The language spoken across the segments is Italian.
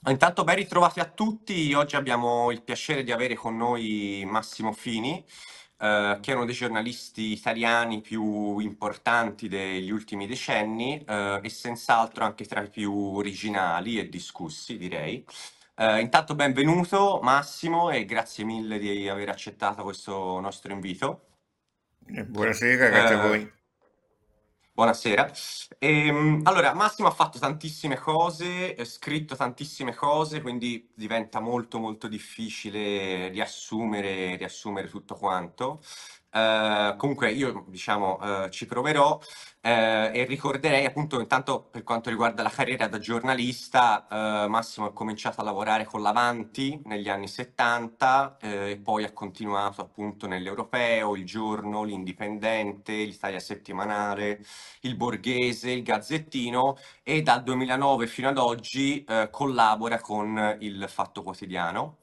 Intanto ben ritrovati a tutti. Oggi abbiamo il piacere di avere con noi Massimo Fini, che è uno dei giornalisti italiani più importanti degli ultimi decenni, e senz'altro anche tra i più originali e discussi, direi. Intanto benvenuto Massimo e grazie mille di aver accettato questo nostro invito. Buonasera, grazie a Eh, voi. Buonasera. Allora, Massimo ha fatto tantissime cose, scritto tantissime cose, quindi diventa molto molto difficile riassumere tutto quanto. Comunque io, diciamo, ci proverò e ricorderei appunto intanto per quanto riguarda la carriera da giornalista, Massimo ha cominciato a lavorare con l'Avanti negli anni 70 e poi ha continuato appunto nell'Europeo, Il Giorno, l'Indipendente, l'Italia Settimanale, il Borghese, il Gazzettino e dal 2009 fino ad oggi collabora con il Fatto Quotidiano.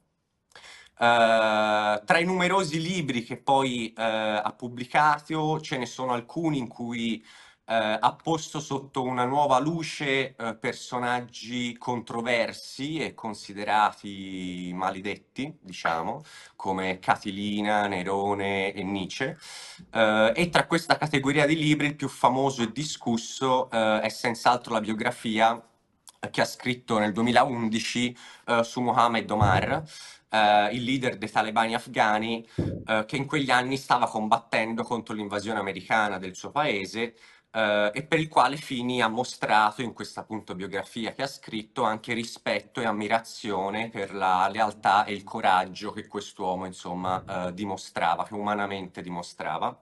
Tra i numerosi libri che poi ha pubblicato ce ne sono alcuni in cui ha posto sotto una nuova luce personaggi controversi e considerati maledetti, diciamo, come Catilina, Nerone e Nietzsche. E tra questa categoria di libri il più famoso e discusso è senz'altro la biografia che ha scritto nel 2011 su Mohammed Omar, il leader dei talebani afghani, che in quegli anni stava combattendo contro l'invasione americana del suo paese, e per il quale Fini ha mostrato in questa appunto biografia che ha scritto anche rispetto e ammirazione per la lealtà e il coraggio che quest'uomo, insomma, dimostrava, che umanamente dimostrava.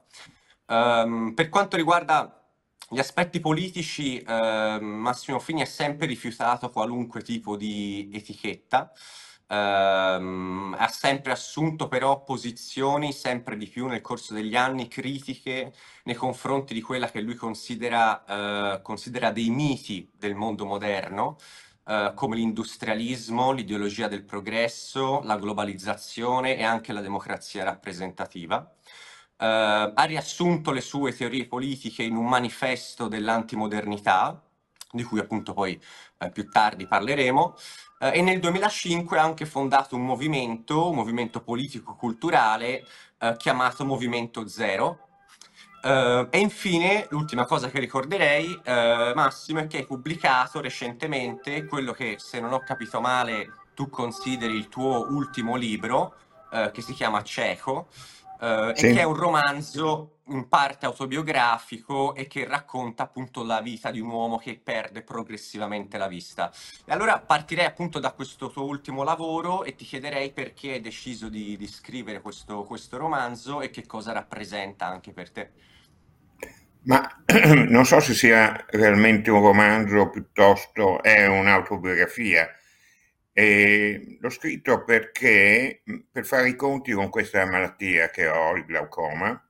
Per quanto riguarda gli aspetti politici, Massimo Fini ha sempre rifiutato qualunque tipo di etichetta. Ha sempre assunto però posizioni sempre di più nel corso degli anni critiche nei confronti di quella che lui considera dei miti del mondo moderno, come l'industrialismo, l'ideologia del progresso, la globalizzazione e anche la democrazia rappresentativa. Ha riassunto le sue teorie politiche in un manifesto dell'antimodernità, di cui appunto poi più tardi parleremo, e nel 2005 ha anche fondato un movimento politico-culturale chiamato Movimento Zero. E infine, l'ultima cosa che ricorderei, Massimo, è che hai pubblicato recentemente quello che, se non ho capito male, tu consideri il tuo ultimo libro, che si chiama Cieco, e che è Sì. un romanzo in parte autobiografico e che racconta appunto la vita di un uomo che perde progressivamente la vista. E allora partirei appunto da questo tuo ultimo lavoro e ti chiederei perché hai deciso di scrivere questo romanzo e che cosa rappresenta anche per te. Ma non so se sia realmente un romanzo piuttosto è un'autobiografia. L'ho scritto perché per fare i conti con questa malattia che ho, il glaucoma,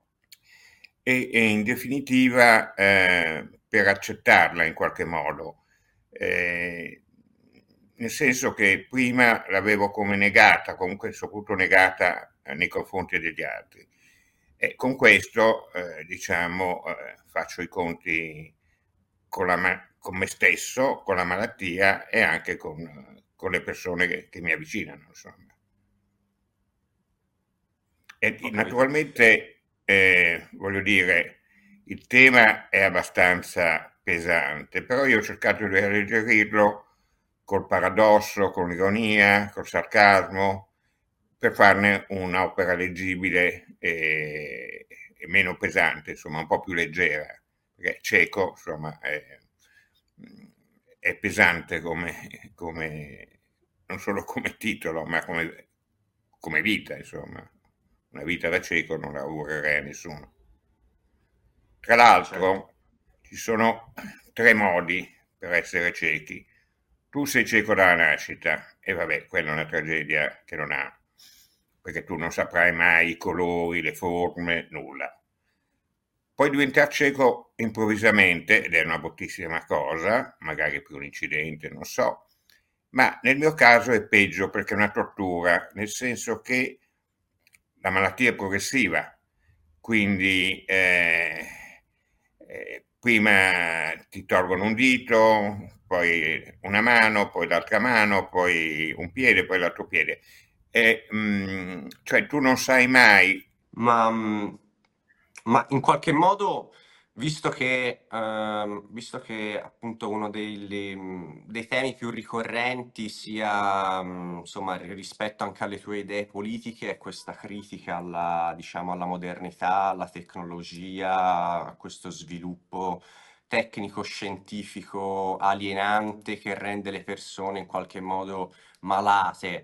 e in definitiva per accettarla in qualche modo. Eh, Nel senso che prima l'avevo come negata, comunque soprattutto negata nei confronti degli altri. E con questo, diciamo, faccio i conti con me stesso, con la malattia e anche con le persone che mi avvicinano, insomma. Ho capito. Naturalmente, voglio dire, il tema è abbastanza pesante, però io ho cercato di alleggerirlo col paradosso, con l'ironia, col sarcasmo, per farne un'opera leggibile e meno pesante, insomma, un po' più leggera, perché Cieco, insomma, è pesante non solo come titolo, ma come vita, insomma. Una vita da cieco non la augurerei a nessuno. Tra Certo. l'altro, ci sono tre modi per essere ciechi. Tu sei cieco dalla nascita e vabbè, quella è una tragedia che non ha, perché tu non saprai mai i colori, le forme, nulla. Puoi diventare cieco improvvisamente, ed è una bruttissima cosa, magari per un incidente, non so, ma nel mio caso è peggio perché è una tortura, nel senso che la malattia è progressiva, quindi prima ti tolgono un dito, poi una mano, poi l'altra mano, poi un piede, poi l'altro piede. Cioè tu non sai mai. Ma, ma in qualche modo, visto che appunto uno dei temi più ricorrenti sia, insomma, rispetto anche alle tue idee politiche, è questa critica alla, diciamo, alla modernità, alla tecnologia, a questo sviluppo tecnico-scientifico alienante che rende le persone in qualche modo malate.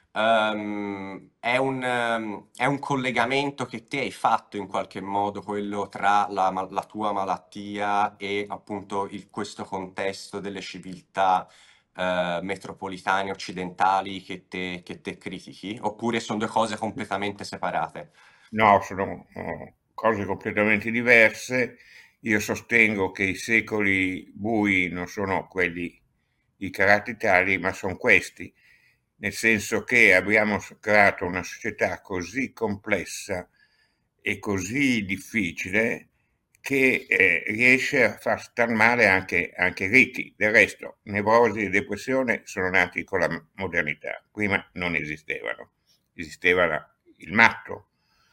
È un collegamento che te hai fatto in qualche modo, quello tra la tua malattia e appunto questo contesto delle civiltà metropolitane occidentali che te critichi? Oppure sono due cose completamente separate? No, sono cose completamente diverse. Io sostengo che i secoli bui non sono quelli i caratteri tali, ma sono questi, nel senso che abbiamo creato una società così complessa e così difficile che riesce a far star male anche i ricchi. Del resto, nevrosi e depressione sono nati con la modernità, prima non esistevano, esisteva il matto,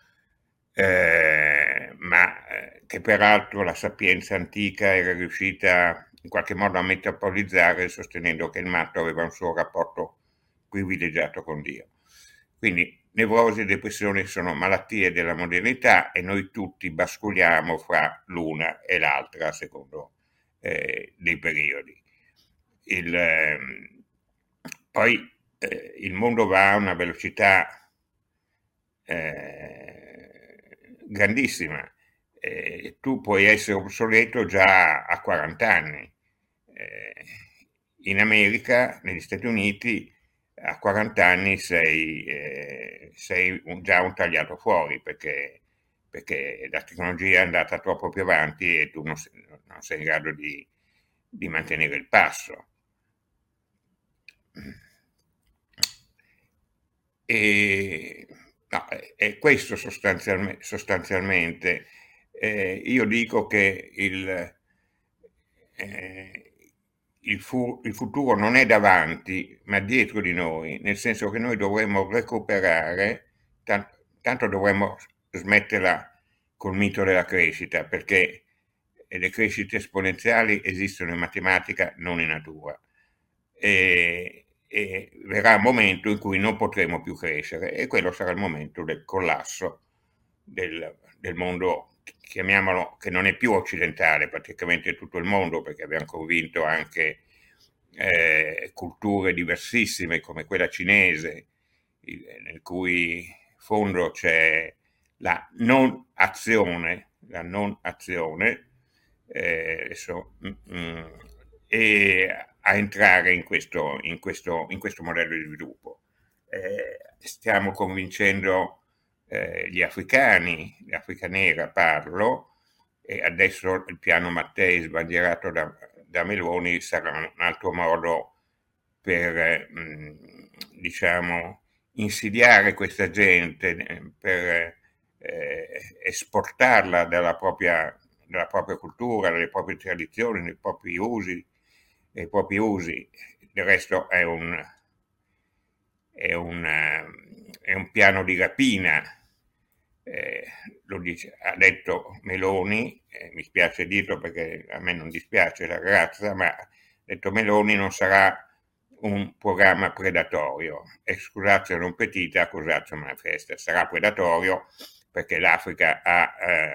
che peraltro la sapienza antica era riuscita in qualche modo a metabolizzare sostenendo che il matto aveva un suo rapporto privilegiato con Dio. Quindi nevrosi e depressione sono malattie della modernità e noi tutti basculiamo fra l'una e l'altra a secondo dei periodi. Il, ehm, Poi il mondo va a una velocità grandissima. Tu puoi essere obsoleto già a 40 anni. Eh, In America, negli Stati Uniti, a 40 anni sei già un tagliato fuori perché la tecnologia è andata troppo più avanti e tu non sei in grado di mantenere il passo. E, no, è questo sostanzialmente. Io dico che eh, il futuro non è davanti, ma dietro di noi, nel senso che noi dovremmo recuperare, tanto dovremmo smetterla col mito della crescita, perché le crescite esponenziali esistono in matematica, non in natura. E verrà un momento in cui non potremo più crescere e quello sarà il momento del collasso del mondo, chiamiamolo, che non è più occidentale, praticamente tutto il mondo, perché abbiamo convinto anche culture diversissime come quella cinese, nel cui fondo c'è la non azione, adesso, e a entrare in questo modello di sviluppo. Stiamo convincendo gli africani, l'Africa nera parlo, e adesso il piano Mattei sbandierato da Meloni sarà un altro modo per, diciamo, insidiare questa gente, per esportarla dalla propria cultura, dalle proprie tradizioni, dei propri usi. Del resto è un piano di rapina, eh, ha detto Meloni, mi spiace dirlo perché a me non dispiace la ragazza, ma ha detto Meloni non sarà un programma predatorio. E scusate non petita, accusate manifesta, sarà predatorio perché l'Africa ha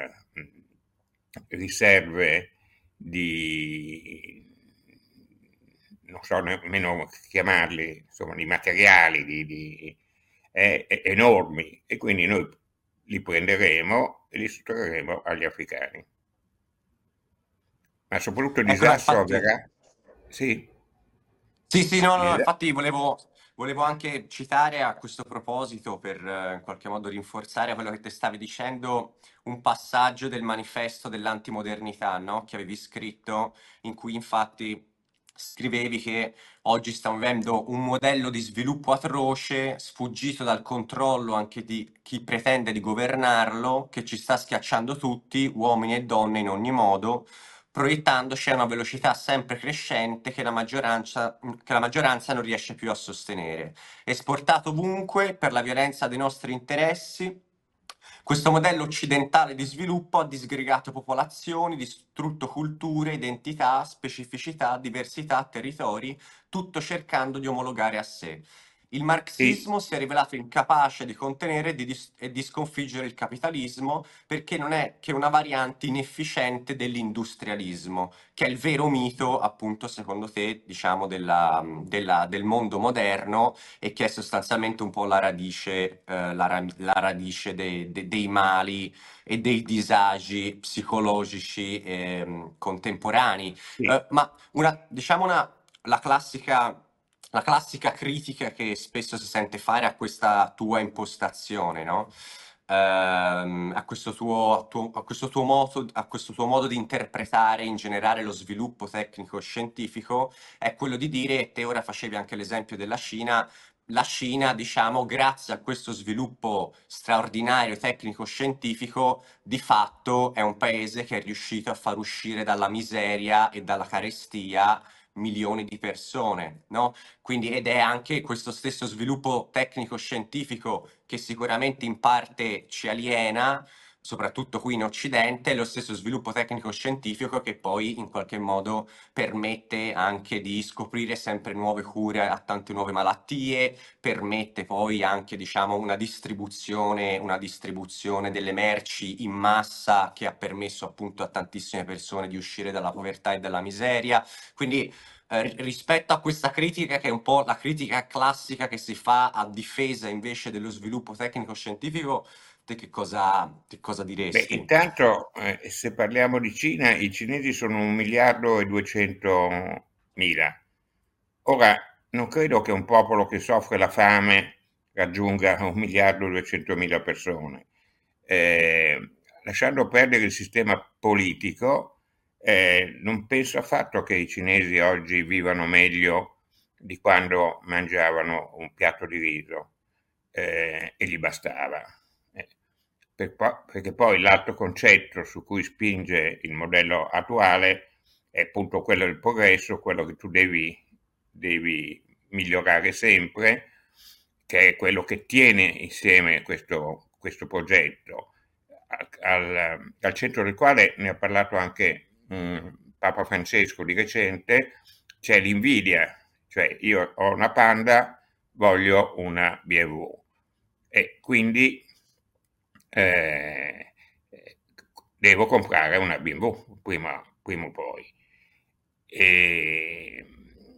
riserve di, non so nemmeno chiamarli, insomma, di materiali enormi e quindi noi li prenderemo e li sottrarremo agli africani. Ma soprattutto il Ecco, no, disastro infatti. avverrà, sì, Sì, sì, no, no, il- infatti volevo anche citare a questo proposito per in qualche modo rinforzare quello che te stavi dicendo, un passaggio del manifesto dell'antimodernità, no? Che avevi scritto, in cui infatti scrivevi che oggi stiamo vivendo un modello di sviluppo atroce, sfuggito dal controllo anche di chi pretende di governarlo, che ci sta schiacciando tutti, uomini e donne in ogni modo proiettandoci a una velocità sempre crescente che la maggioranza non riesce più a sostenere. Esportato ovunque per la violenza dei nostri interessi, questo modello occidentale di sviluppo ha disgregato popolazioni, distrutto culture, identità, specificità, diversità, territori, tutto cercando di omologare a sé. Il Sì, marxismo si è rivelato incapace di contenere e di sconfiggere il capitalismo perché non è che una variante inefficiente dell'industrialismo, che è il vero mito, appunto, secondo te, diciamo, del mondo moderno e che è sostanzialmente un po' la radice, la radice dei mali e dei disagi psicologici contemporanei. sì. Diciamo la classica critica che spesso si sente fare a questa tua impostazione, no? A questo tuo modo di interpretare in generale lo sviluppo tecnico-scientifico, è quello di dire, te ora facevi anche l'esempio della Cina, la Cina, diciamo, grazie a questo sviluppo straordinario tecnico-scientifico, di fatto è un paese che è riuscito a far uscire dalla miseria e dalla carestia milioni di persone, no? Quindi, ed è anche questo stesso sviluppo tecnico-scientifico che sicuramente in parte ci aliena, soprattutto qui in Occidente, lo stesso sviluppo tecnico-scientifico che poi in qualche modo permette anche di scoprire sempre nuove cure a tante nuove malattie, permette poi anche, diciamo, una distribuzione delle merci in massa che ha permesso appunto a tantissime persone di uscire dalla povertà e dalla miseria. Quindi rispetto a questa critica, che è un po' la critica classica che si fa a difesa invece dello sviluppo tecnico-scientifico, te che cosa Beh, diresti? intanto, se parliamo di Cina, i cinesi sono 1.200.000.000. Ora, non credo che un popolo che soffre la fame raggiunga 1.200.000 persone. Lasciando perdere il sistema politico, non penso affatto che i cinesi oggi vivano meglio di quando mangiavano un piatto di riso, e gli bastava. Eh, perché poi l'altro concetto su cui spinge il modello attuale è appunto quello del progresso, quello che tu devi migliorare sempre, che è quello che tiene insieme questo progetto, al centro del quale ne ha parlato anche Papa Francesco di recente. C'è l'invidia, cioè io ho una Panda, voglio una BMW e quindi eh, devo comprare una BMW prima o poi. E,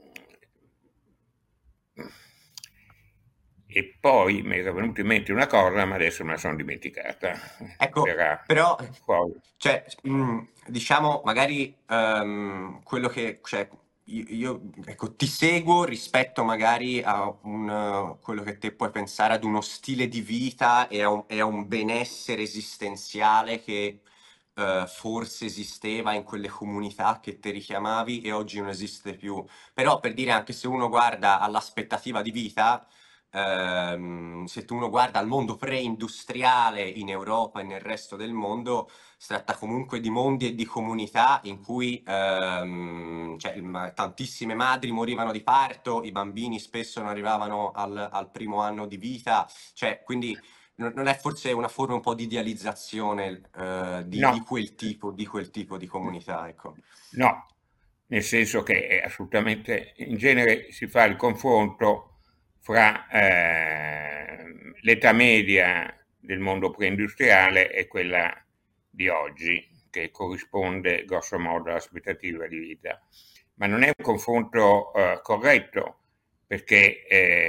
e poi mi era venuta in mente una cosa, ma adesso me la sono dimenticata. Ecco, Verrà però, fuori. cioè, diciamo, magari quello che, cioè, ecco, ti seguo rispetto magari a quello che te puoi pensare ad uno stile di vita e a un benessere esistenziale che forse esisteva in quelle comunità che te richiamavi e oggi non esiste più. Però per dire, anche se uno guarda all'aspettativa di vita, se tu uno guarda al mondo pre-industriale in Europa e nel resto del mondo, si tratta comunque di mondi e di comunità in cui cioè, tantissime madri morivano di parto, i bambini spesso non arrivavano al primo anno di vita, cioè, quindi non è forse una forma un po' di idealizzazione No, di quel tipo di comunità, ecco. no, nel senso che è assolutamente, in genere si fa il confronto fra l'età media del mondo preindustriale e quella di oggi, che corrisponde grosso modo all'aspettativa di vita. Ma non è un confronto corretto, perché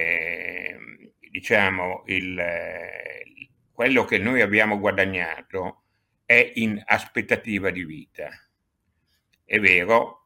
diciamo quello che noi abbiamo guadagnato è in aspettativa di vita. È vero,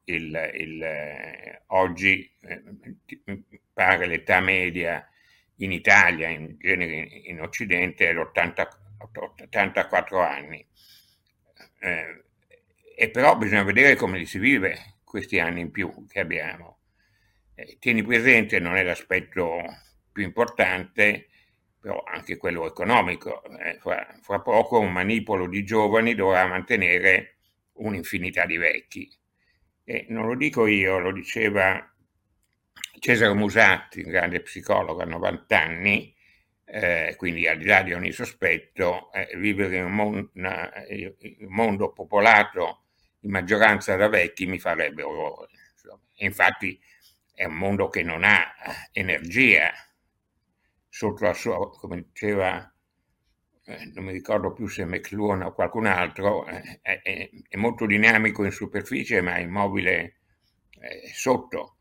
oggi pare l'età media in Italia, in genere in Occidente, è l'84 anni. Eh, e però bisogna vedere come li si vive questi anni in più che abbiamo. Tieni presente, non è l'aspetto più importante, però anche quello economico. Fra poco un manipolo di giovani dovrà mantenere un'infinità di vecchi. E non lo dico io, lo diceva Cesare Musatti, un grande psicologo a 90 anni, quindi al di là di ogni sospetto, vivere in un mondo popolato in maggioranza da vecchi mi farebbe orrore. Infatti è un mondo che non ha energia sotto la sua, come diceva, non mi ricordo più se McLuhan o qualcun altro, è molto dinamico in superficie ma è immobile sotto.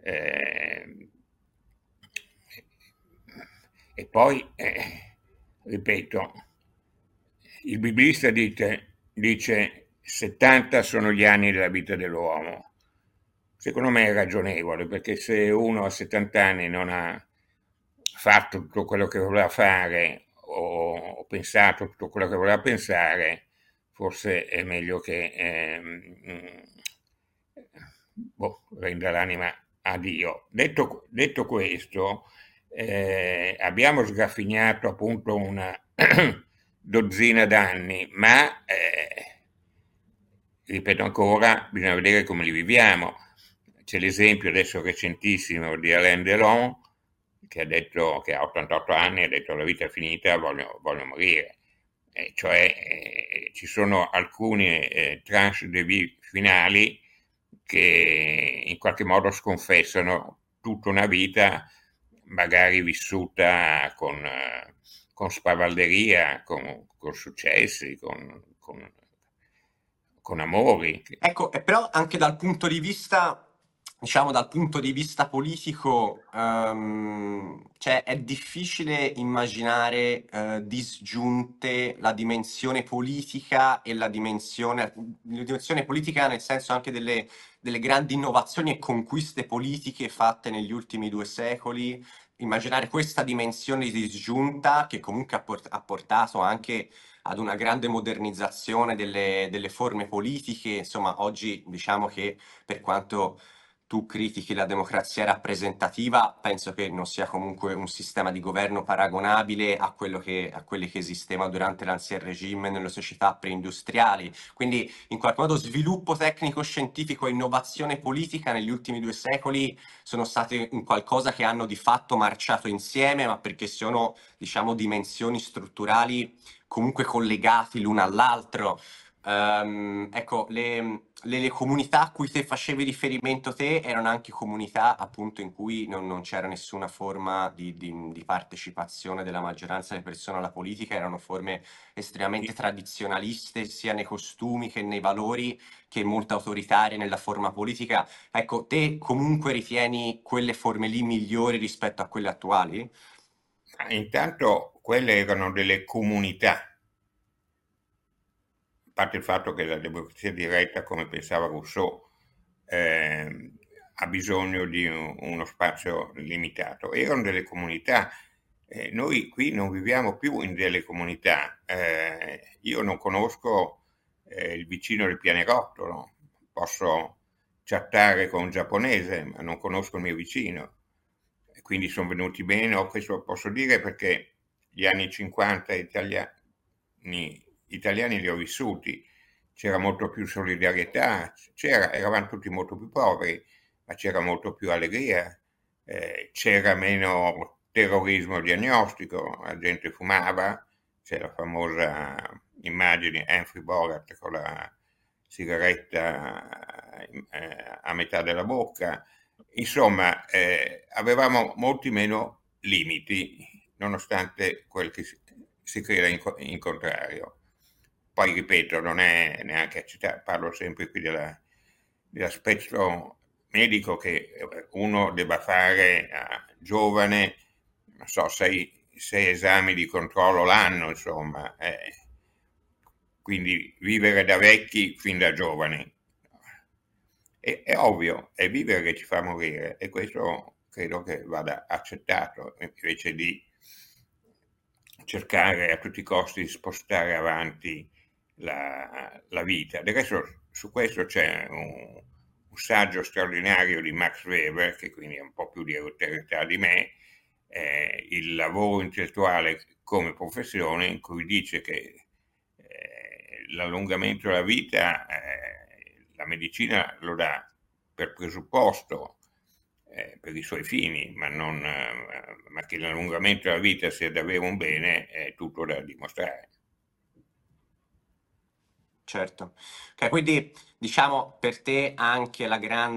E poi, ripeto, il biblista dice 70 sono gli anni della vita dell'uomo. Secondo me è ragionevole, perché se uno a 70 anni non ha fatto tutto quello che voleva fare o pensato tutto quello che voleva pensare, forse è meglio che renda l'anima a Dio. Detto questo, abbiamo sgraffignato appunto una dozzina d'anni, ma ripeto ancora, bisogna vedere come li viviamo. C'è l'esempio adesso recentissimo di Alain Delon, che ha detto che a 88 anni ha detto la vita è finita, voglio morire. Ci sono alcune tranche de vie finali che in qualche modo sconfessano tutta una vita magari vissuta con spavalderia, con successi, con amori. Ecco, e però anche dal punto di vista, diciamo, dal punto di vista politico, cioè è difficile immaginare disgiunte la dimensione politica e la dimensione politica nel senso anche delle grandi innovazioni e conquiste politiche fatte negli ultimi 2 secoli. Immaginare questa dimensione di disgiunta che comunque ha portato anche ad una grande modernizzazione delle forme politiche. Insomma, oggi diciamo che per quanto tu critichi la democrazia rappresentativa, penso che non sia comunque un sistema di governo paragonabile a quelli che esisteva durante l'Ancien Regime nelle società preindustriali. Quindi, in qualche modo, sviluppo tecnico-scientifico e innovazione politica negli ultimi 2 secoli sono state un qualcosa che hanno di fatto marciato insieme, ma perché sono, diciamo, dimensioni strutturali comunque collegati l'uno all'altro. Ecco, le comunità a cui te facevi riferimento te erano anche comunità appunto in cui non c'era nessuna forma di partecipazione della maggioranza delle persone alla politica, erano forme estremamente tradizionaliste sia nei costumi che nei valori, che molto autoritarie nella forma politica. Ecco, te comunque ritieni quelle forme lì migliori rispetto a quelle attuali? Intanto quelle erano delle comunità, a parte il fatto che la democrazia diretta, come pensava Rousseau, ha bisogno di uno spazio limitato. Erano delle comunità. Noi qui non viviamo più in delle comunità. Io non conosco il vicino del pianerottolo, posso chattare con un giapponese, ma non conosco il mio vicino. Quindi sono venuti bene, questo lo posso dire perché gli anni 50 italiani li ho vissuti, c'era molto più solidarietà, eravamo tutti molto più poveri, ma c'era molto più allegria, c'era meno terrorismo diagnostico, la gente fumava, c'è la famosa immagine Humphrey Bogart con la sigaretta a metà della bocca. Insomma, avevamo molti meno limiti, nonostante quel che si creda in contrario. Poi, ripeto, non è neanche accettato, parlo sempre qui dell'aspetto medico che uno debba fare a giovane, non so, sei esami di controllo l'anno, insomma. Quindi vivere da vecchi fin da giovani. È ovvio, è vivere che ci fa morire e questo credo che vada accettato invece di cercare a tutti i costi di spostare avanti la vita. Del resto su questo c'è un saggio straordinario di Max Weber, che quindi è un po' più di autorità di me, il lavoro intellettuale come professione, in cui dice che l'allungamento della vita la medicina lo dà per presupposto per i suoi fini, ma che l'allungamento della vita sia davvero un bene è tutto da dimostrare. Certo. Ok, quindi diciamo per te anche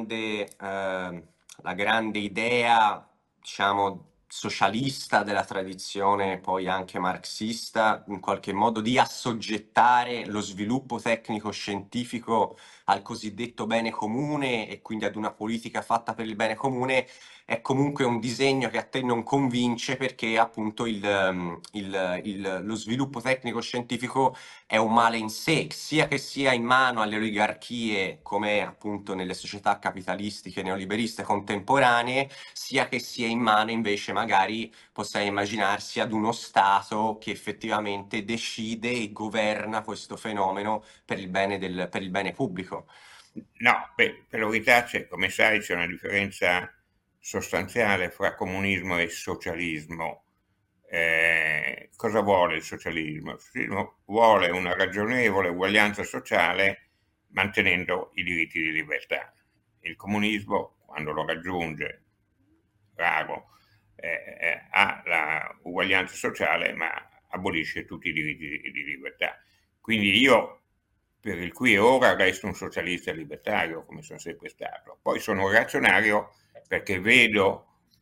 la grande idea, diciamo, socialista della tradizione, poi anche marxista, in qualche modo di assoggettare lo sviluppo tecnico-scientifico al cosiddetto bene comune e quindi ad una politica fatta per il bene comune, è comunque un disegno che a te non convince perché appunto lo sviluppo tecnico-scientifico è un male in sé, sia che sia in mano alle oligarchie, come appunto nelle società capitalistiche neoliberiste contemporanee, sia che sia in mano invece magari possiamo immaginarsi ad uno Stato che effettivamente decide e governa questo fenomeno per il bene pubblico. No, per la verità, come sai, c'è una differenza sostanziale fra comunismo e socialismo. Cosa vuole il socialismo? Il socialismo vuole una ragionevole uguaglianza sociale mantenendo i diritti di libertà. Il comunismo, quando lo raggiunge, raro, ha la uguaglianza sociale ma abolisce tutti i diritti di libertà. Quindi io, per il qui e ora, resto un socialista libertario, come sono sempre stato. Poi sono un reazionario perché vedo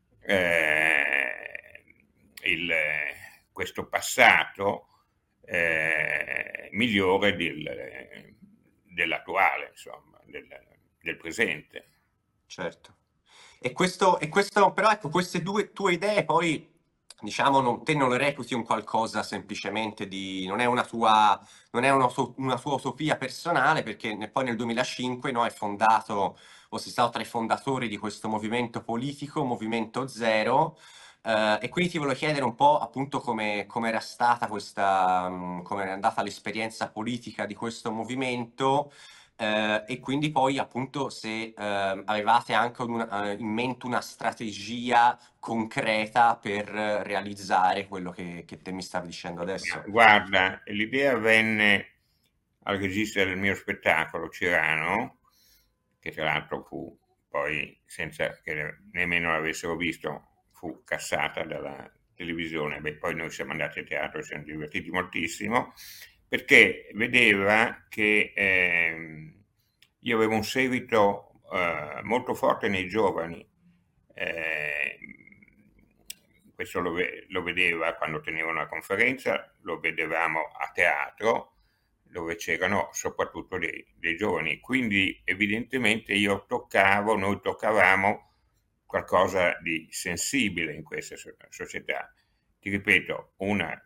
il, questo passato migliore dell'attuale, insomma, del presente. Certo. Però ecco, queste due tue idee poi, diciamo, te non le reputi un qualcosa semplicemente di, non è una tua, non è una tua utopia personale, perché poi nel 2005 no, hai fondato, o sei stato tra i fondatori di questo movimento politico, Movimento Zero, e quindi ti volevo chiedere un po' appunto come era stata come è andata l'esperienza politica di questo movimento, e quindi poi appunto se avevate anche in mente una strategia concreta per realizzare quello che te mi stavi dicendo adesso. Guarda, l'idea venne al regista del mio spettacolo, Cirano, che tra l'altro fu poi, senza che nemmeno l'avessero visto, fu cassata dalla televisione. Beh, poi noi siamo andati a teatro e ci siamo divertiti moltissimo, perché vedeva che io avevo un seguito molto forte nei giovani. Eh, Questo lo vedeva quando tenevo una conferenza, lo vedevamo a teatro, dove c'erano soprattutto dei giovani. Quindi evidentemente noi toccavamo qualcosa di sensibile in questa società. Ti ripeto, una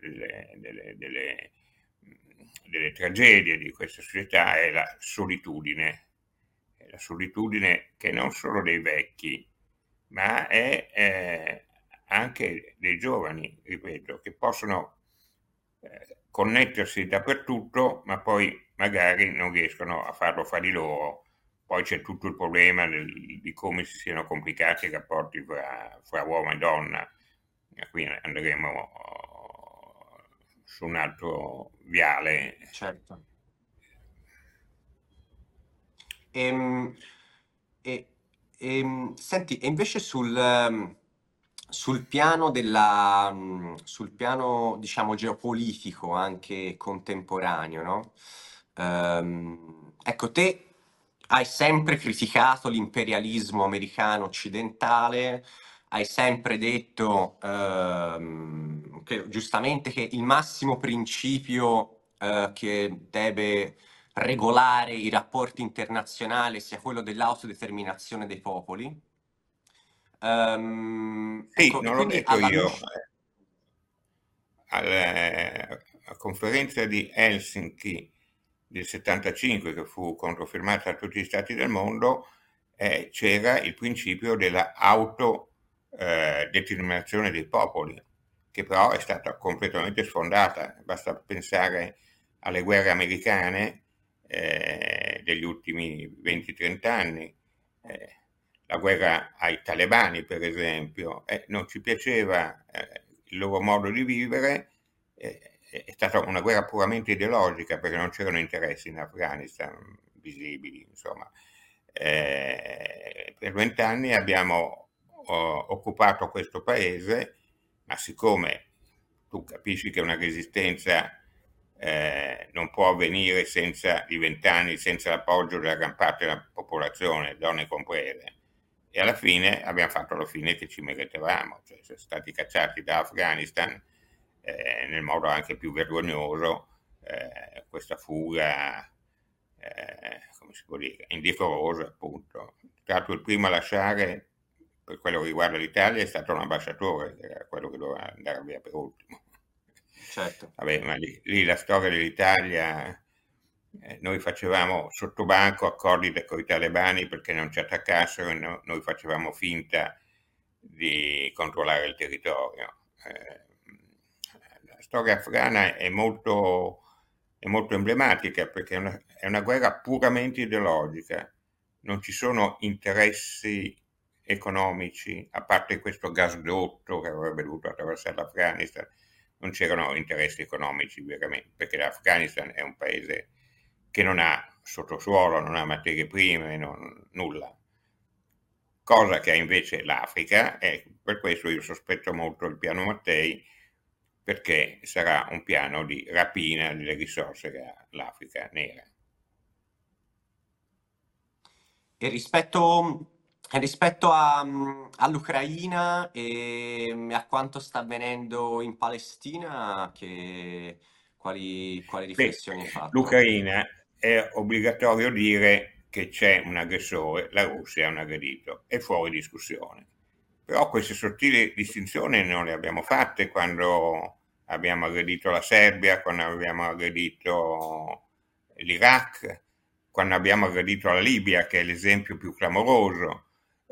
delle tragedie di questa società è la solitudine. È la solitudine che non solo dei vecchi, ma è anche dei giovani, ripeto, che possono connettersi dappertutto, ma poi magari non riescono a farlo fra di loro. Poi c'è tutto il problema di come si siano complicati i rapporti fra uomo e donna. E qui andremo su un altro viale. Certo. Ehm, E, senti, e invece sul piano sul piano, diciamo, geopolitico, anche contemporaneo, no? Ecco, te hai sempre criticato l'imperialismo americano occidentale, hai sempre detto, giustamente, che il massimo principio, che deve regolare i rapporti internazionali sia quello dell'autodeterminazione dei popoli. Sì, Ecco, e non l'ho quindi detto alla io. luce. Alla conferenza di Helsinki del 75, che fu controfirmata da tutti gli stati del mondo, c'era il principio della autodeterminazione dei popoli, che però è stata completamente sfondata. Basta pensare alle guerre americane degli ultimi 20-30 anni. La guerra ai talebani, per esempio, non ci piaceva il loro modo di vivere, è stata una guerra puramente ideologica perché non c'erano interessi in Afghanistan, visibili, insomma. Per 20 anni abbiamo occupato questo paese, ma siccome tu capisci che una resistenza non può avvenire di 20 anni senza l'appoggio della gran parte della popolazione, donne comprese, e alla fine abbiamo fatto la fine che ci meritavamo, cioè siamo stati cacciati da Afghanistan nel modo anche più vergognoso, questa fuga, come si può dire, indecorosa appunto. Tra l'altro il primo a lasciare, per quello che riguarda l'Italia, è stato l'ambasciatore, che era quello che doveva andare via per ultimo. Certo. Vabbè, ma lì la storia dell'Italia, noi facevamo sotto banco accordi con i talebani perché non ci attaccassero e noi facevamo finta di controllare il territorio. La storia afghana è molto emblematica perché è una guerra puramente ideologica, non ci sono interessi economici, a parte questo gasdotto che avrebbe dovuto attraversare l'Afghanistan, non c'erano interessi economici veramente, perché l'Afghanistan è un paese che non ha sottosuolo, non ha materie prime, nulla. Cosa che ha invece l'Africa, e per questo io sospetto molto il piano Mattei, perché sarà un piano di rapina delle risorse che ha l'Africa nera. E rispetto all'Ucraina e a quanto sta avvenendo in Palestina, quali Beh, riflessioni hai fatto? l'Ucraina è obbligatorio dire che c'è un aggressore, la Russia è un aggredito, è fuori discussione. Però queste sottili distinzioni non le abbiamo fatte quando abbiamo aggredito la Serbia, quando abbiamo aggredito l'Iraq, quando abbiamo aggredito la Libia, che è l'esempio più clamoroso,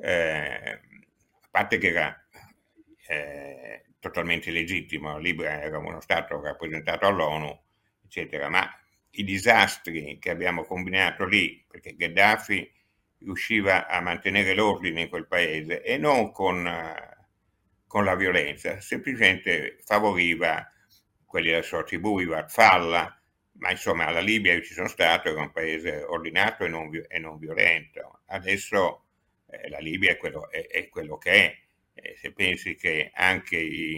a parte che era totalmente legittimo, la Libia era uno Stato rappresentato all'ONU, eccetera, ma i disastri che abbiamo combinato lì, perché Gheddafi riusciva a mantenere l'ordine in quel paese e non con la violenza, semplicemente favoriva quelli della sua tribù, i Falla, ma insomma alla Libia io ci sono stato, era un paese ordinato e non violento. Adesso la Libia è quello che è. Se pensi che anche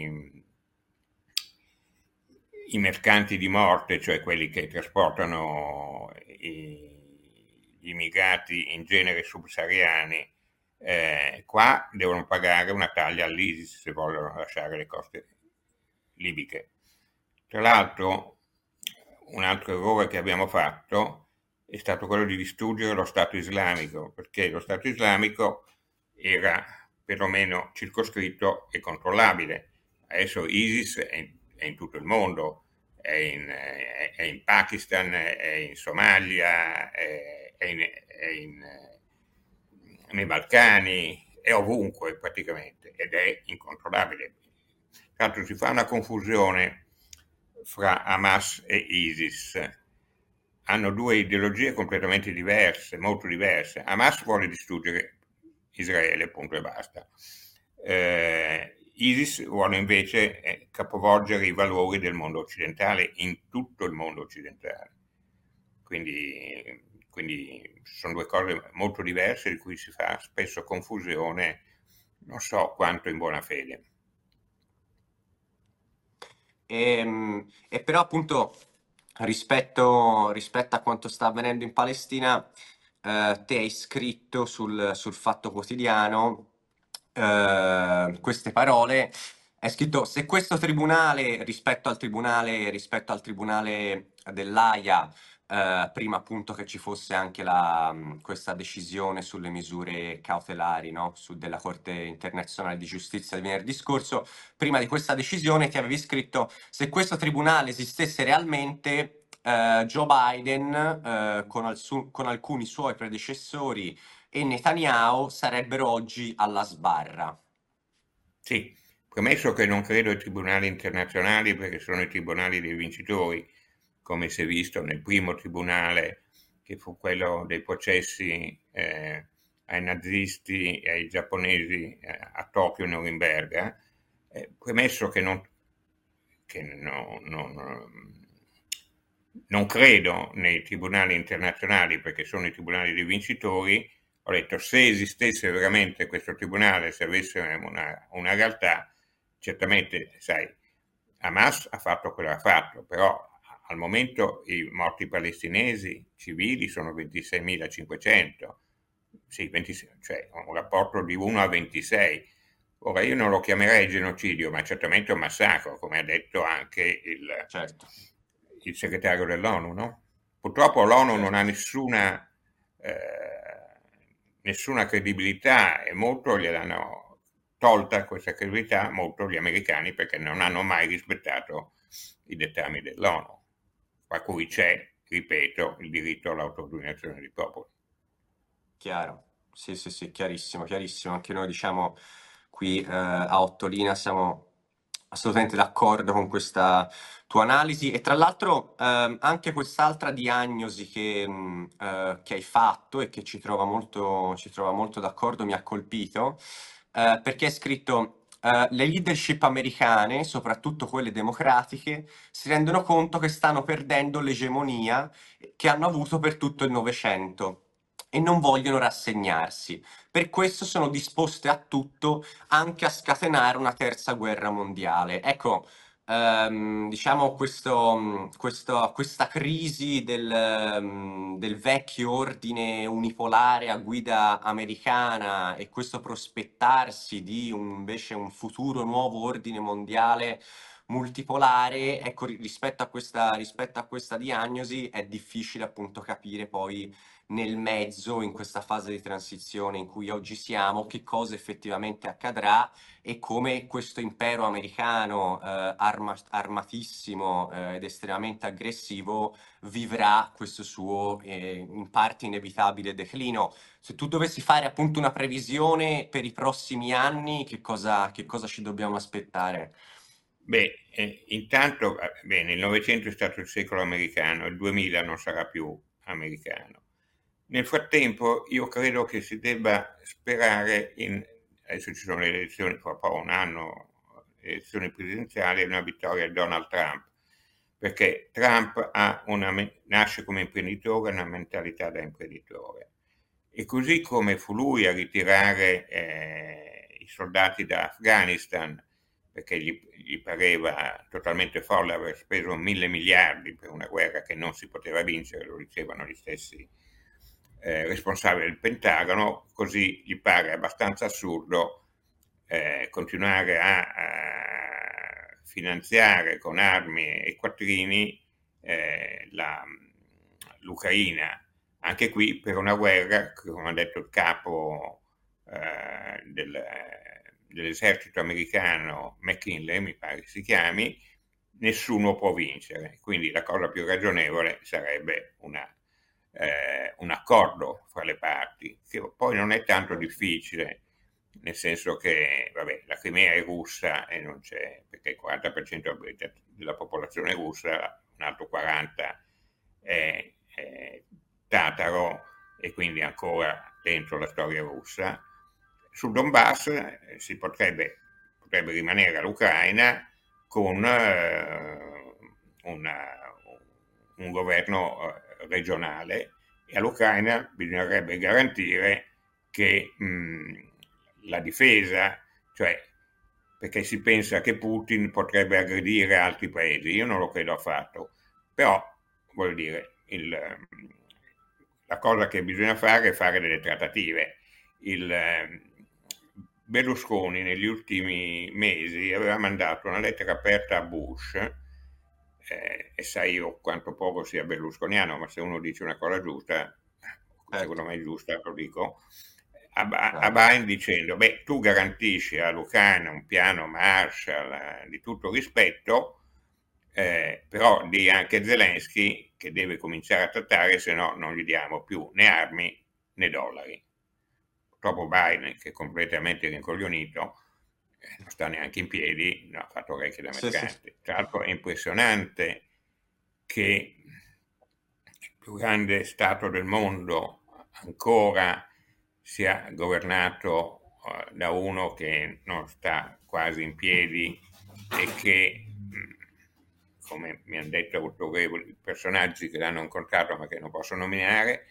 i mercanti di morte, cioè quelli che trasportano gli immigrati in genere subsahariani, qua devono pagare una taglia all'ISIS se vogliono lasciare le coste libiche. Tra l'altro, un altro errore che abbiamo fatto è stato quello di distruggere lo Stato islamico, perché lo Stato islamico era perlomeno circoscritto e controllabile. Adesso ISIS è in tutto il mondo, è in Pakistan, è in Somalia, nei Balcani, è ovunque praticamente ed è incontrollabile. Tra l'altro si fa una confusione fra Hamas e ISIS. Hanno due ideologie completamente diverse, molto diverse. Hamas vuole distruggere Israele, punto e basta. ISIS vuole invece capovolgere i valori del mondo occidentale in tutto il mondo occidentale. Quindi sono due cose molto diverse di cui si fa spesso confusione, non so quanto in buona fede. E però appunto rispetto a quanto sta avvenendo in Palestina, te hai scritto sul Fatto Quotidiano queste parole. Hai scritto: se questo tribunale, rispetto al tribunale dell'Aia, prima appunto che ci fosse anche questa decisione sulle misure cautelari, no? Della Corte internazionale di giustizia di venerdì scorso, prima di questa decisione ti avevi scritto: se questo tribunale esistesse realmente, Joe Biden, con alcuni suoi predecessori e Netanyahu sarebbero oggi alla sbarra. Sì, premesso che non credo ai tribunali internazionali perché sono i tribunali dei vincitori, come si è visto nel primo tribunale che fu quello dei processi ai nazisti e ai giapponesi a Tokyo e Norimberga, premesso che non credo nei tribunali internazionali perché sono i tribunali dei vincitori. Ho detto, se esistesse veramente questo tribunale, se avesse una realtà, certamente, sai, Hamas ha fatto quello che ha fatto, però al momento i morti palestinesi civili sono 26.500, sì, 26, cioè un rapporto di 1 a 26. Ora io non lo chiamerei genocidio, ma certamente un massacro, come ha detto anche Certo, il segretario dell'ONU, no? Purtroppo l'ONU non ha certo. nessuna credibilità e molto gliel'hanno tolta questa credibilità, molto gli americani perché non hanno mai rispettato i dettami dell'ONU, a cui c'è, ripeto, il diritto all'autodeterminazione dei popoli. Chiaro. Sì, sì, sì, chiarissimo, chiarissimo. Anche noi, diciamo, qui a Ottolina siamo assolutamente d'accordo con questa tua analisi. E tra l'altro anche quest'altra diagnosi che hai fatto e che ci trova molto d'accordo mi ha colpito, perché è scritto le leadership americane, soprattutto quelle democratiche, si rendono conto che stanno perdendo l'egemonia che hanno avuto per tutto il Novecento e non vogliono rassegnarsi. Per questo sono disposte a tutto, anche a scatenare una terza guerra mondiale. Ecco, diciamo questa crisi del vecchio ordine unipolare a guida americana e questo prospettarsi di invece un futuro nuovo ordine mondiale multipolare, ecco, rispetto a questa diagnosi è difficile appunto capire poi nel mezzo, in questa fase di transizione in cui oggi siamo, che cosa effettivamente accadrà e come questo impero americano armatissimo ed estremamente aggressivo vivrà questo suo in parte inevitabile declino. Se tu dovessi fare appunto una previsione per i prossimi anni, che cosa ci dobbiamo aspettare? Beh, intanto, bene, il Novecento è stato il secolo americano, il 2000 non sarà più americano. Nel frattempo io credo che si debba sperare adesso ci sono le elezioni, fra poco un anno, elezioni presidenziali e una vittoria di Donald Trump, perché Trump nasce come imprenditore, ha una mentalità da imprenditore. E così come fu lui a ritirare i soldati da Afghanistan, perché gli pareva totalmente folle aver speso 1.000 miliardi per una guerra che non si poteva vincere, lo dicevano gli stessi responsabili del Pentagono, così gli pare abbastanza assurdo continuare a finanziare con armi e quattrini l'Ucraina, anche qui per una guerra, come ha detto il capo dell'esercito americano, McKinley, mi pare che si chiami, nessuno può vincere. Quindi la cosa più ragionevole sarebbe un accordo fra le parti, che poi non è tanto difficile, nel senso che vabbè, la Crimea è russa e non c'è, perché il 40% della popolazione è russa, un altro 40% è tataro e quindi ancora dentro la storia russa. Sul Donbass potrebbe rimanere all'Ucraina con un governo regionale e all'Ucraina bisognerebbe garantire che la difesa, cioè perché si pensa che Putin potrebbe aggredire altri paesi, io non lo credo affatto, però voglio dire, la cosa che bisogna fare è fare delle trattative. Berlusconi negli ultimi mesi aveva mandato una lettera aperta a Bush, e sai io quanto poco sia berlusconiano, ma se uno dice una cosa giusta, secondo Certo, me è giusta, lo dico, a chiaro. Biden dicendo, beh, tu garantisci all'Ucraina un piano Marshall di tutto rispetto, però di anche a Zelensky che deve cominciare a trattare, se no non gli diamo più né armi né dollari. Purtroppo Biden, che è completamente rincoglionito, non sta neanche in piedi, no, ha fatto orecchie da Sì, sì. mercante. Tra l'altro è impressionante che il più grande Stato del mondo ancora sia governato da uno che non sta quasi in piedi e che come mi hanno detto autorevoli personaggi che l'hanno incontrato ma che non posso nominare,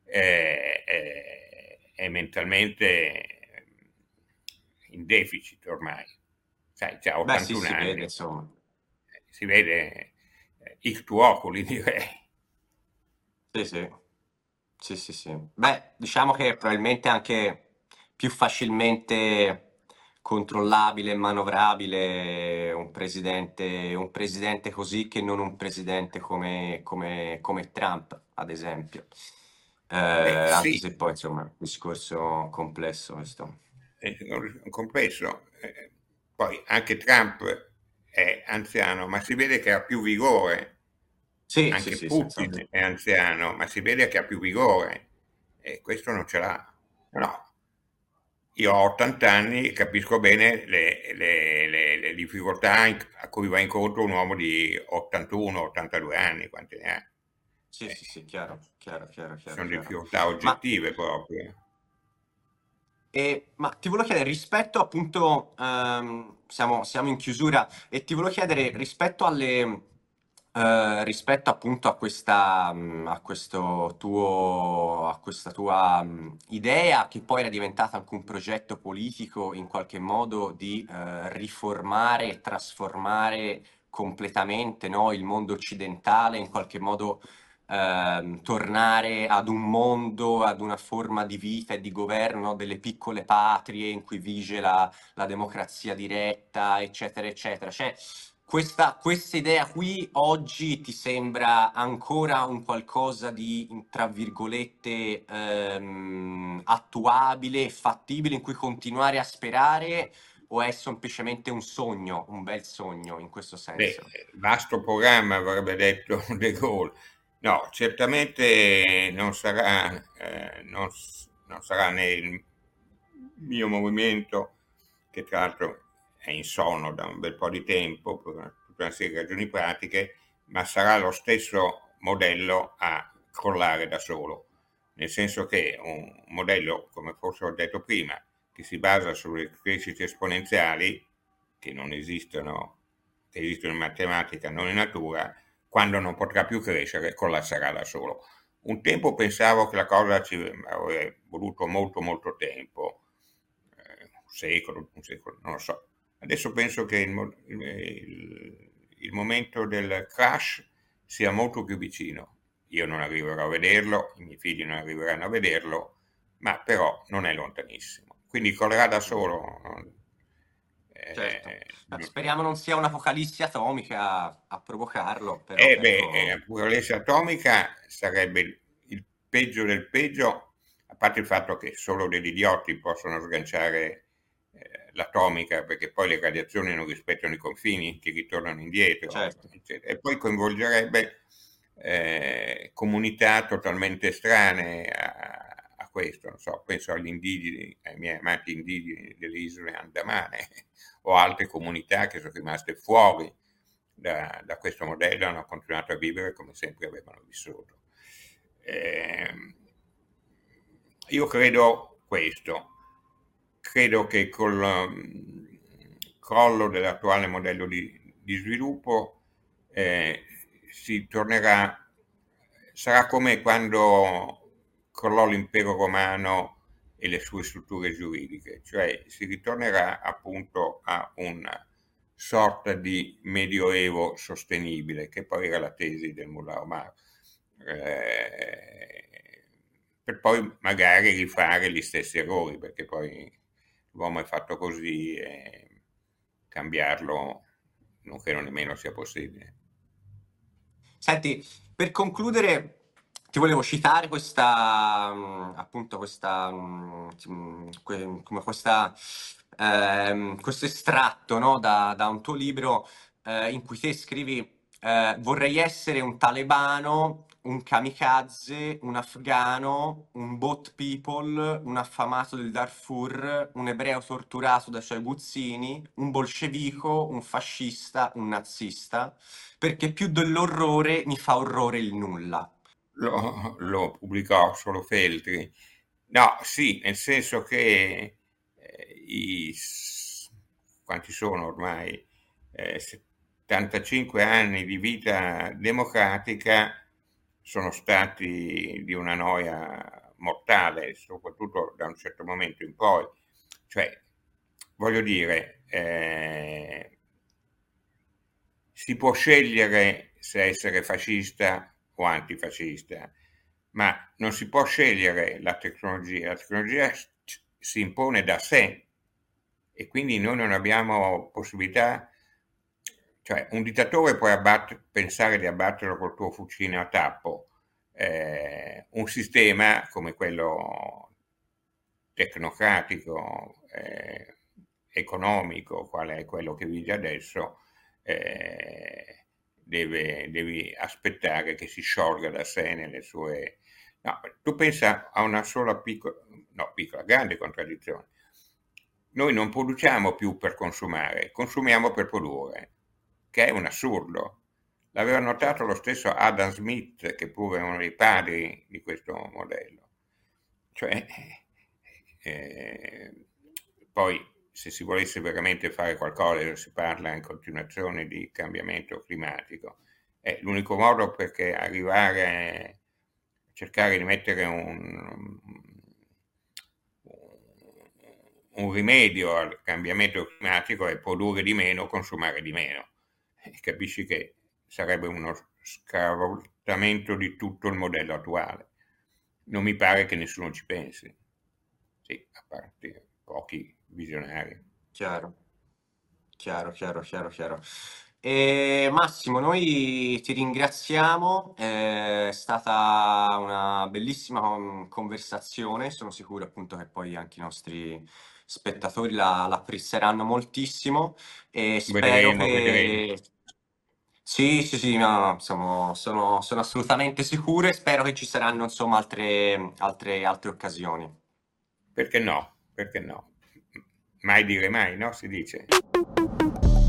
è mentalmente in deficit ormai, sai, c'ha Beh, sì, 81 si vede, anni, insomma. si vede ictu oculi, direi. Sì, sì. Sì, sì, sì. Beh, diciamo che è probabilmente anche più facilmente controllabile e manovrabile un presidente così che non un presidente come Trump, ad esempio. Anche Sì, se poi, insomma, è un discorso complesso questo. è un complesso. Poi anche Trump è anziano, ma si vede che ha più vigore. Sì, sì, Anche sì, senz'altro. Putin è anziano, ma si vede che ha più vigore e questo non ce l'ha. No, io ho 80 anni e capisco bene le difficoltà a cui va incontro un uomo di 81, 82 anni, quanti ne ha. Sì, sì, sì, chiaro, chiaro, chiaro, chiaro, Sono chiaro. difficoltà Ma oggettive proprio. ma ti volevo chiedere rispetto appunto, siamo in chiusura e ti volevo chiedere rispetto rispetto appunto a a questo a questa tua idea che poi era diventata anche un progetto politico in qualche modo di riformare e trasformare completamente, no, il mondo occidentale, in qualche modo tornare ad un mondo, ad una forma di vita e di governo, no, delle piccole patrie in cui vige la democrazia diretta, eccetera, eccetera. Cioè, questa idea qui oggi ti sembra ancora un qualcosa di, tra virgolette, attuabile, fattibile, in cui continuare a sperare, o è semplicemente un sogno, un bel sogno in questo Beh, senso? vasto programma avrebbe detto De Gaulle. No, certamente non sarà nel mio movimento, che tra l'altro è in sonno da un bel po' di tempo per tutta una serie di ragioni pratiche, ma sarà lo stesso modello a crollare da solo, nel senso che un modello, come forse ho detto prima, che si basa sulle crescite esponenziali, che non esistono, che esistono in matematica, non in natura, quando non potrà più crescere, collasserà da solo. Un tempo pensavo che la cosa ci avrebbe voluto molto molto tempo, un secolo, non lo so. Adesso penso che il momento del crash sia molto più vicino. Io non arriverò a vederlo, i miei figli non arriveranno a vederlo, ma però non è lontanissimo. Quindi correrà da Mm. solo. Certo. Eh, Speriamo non sia un'apocalissi atomica a provocarlo, però ecco, l'apocalisse atomica sarebbe il peggio del peggio, a parte il fatto che solo degli idioti possono sganciare l'atomica, perché poi le radiazioni non rispettano i confini, ti ritornano indietro, certo. eccetera. E poi coinvolgerebbe comunità totalmente estranee a questo, non so, penso agli indigeni, ai miei amati indigeni delle isole Andamane o altre comunità che sono rimaste fuori da questo modello, hanno continuato a vivere come sempre avevano vissuto. Eh, io credo questo, credo che col crollo dell'attuale modello di sviluppo si tornerà, sarà come quando crollò l'impero romano e le sue strutture giuridiche, cioè si ritornerà appunto a una sorta di medioevo sostenibile, che poi era la tesi del Mullah Omar, per poi magari rifare gli stessi errori, perché poi l'uomo è fatto così e cambiarlo non credo nemmeno sia possibile. Senti, per concludere, ti volevo citare questa, appunto, come questo estratto, no, da un tuo libro, in cui te scrivi, vorrei essere un talebano, un kamikaze, un afgano, un boat people, un affamato del Darfur, un ebreo torturato dai suoi aguzzini, un bolscevico, un fascista, un nazista perché più dell'orrore mi fa orrore il nulla. Lo pubblicò solo Feltri. No, sì, nel senso che quanti sono ormai? 85 anni di vita democratica sono stati di una noia mortale, soprattutto da un certo momento in poi. Cioè, voglio dire, si può scegliere se essere fascista o antifascista, ma non si può scegliere la tecnologia si impone da sé e quindi noi non abbiamo possibilità, cioè un dittatore puoi pensare di abbatterlo col tuo fucile a tappo, un sistema come quello tecnocratico, economico, quale è quello che vige adesso, devi aspettare che si sciolga da sé nelle sue... No, tu pensa a una sola piccola, grande contraddizione. Noi non produciamo più per consumare, consumiamo per produrre, che è un assurdo. L'aveva notato lo stesso Adam Smith, che pure è uno dei padri di questo modello. Cioè, poi se si volesse veramente fare qualcosa, si parla in continuazione di cambiamento climatico, l'unico modo perché arrivare a cercare di mettere un rimedio al cambiamento climatico è produrre di meno, consumare di meno. E capisci che sarebbe uno scartamento di tutto il modello attuale. Non mi pare che nessuno ci pensi. Sì, a parte pochi visionari. Chiaro. Chiaro, chiaro, chiaro, chiaro. E Massimo, noi ti ringraziamo, è stata una bellissima conversazione, sono sicuro appunto che poi anche i nostri spettatori la apprezzeranno moltissimo e spero Vedremo, vedremo. che... Sì, sì, sì, no, no, sono assolutamente sicuro e spero che ci saranno insomma altre occasioni. Perché no? Perché no? Mai dire mai, no? Si dice.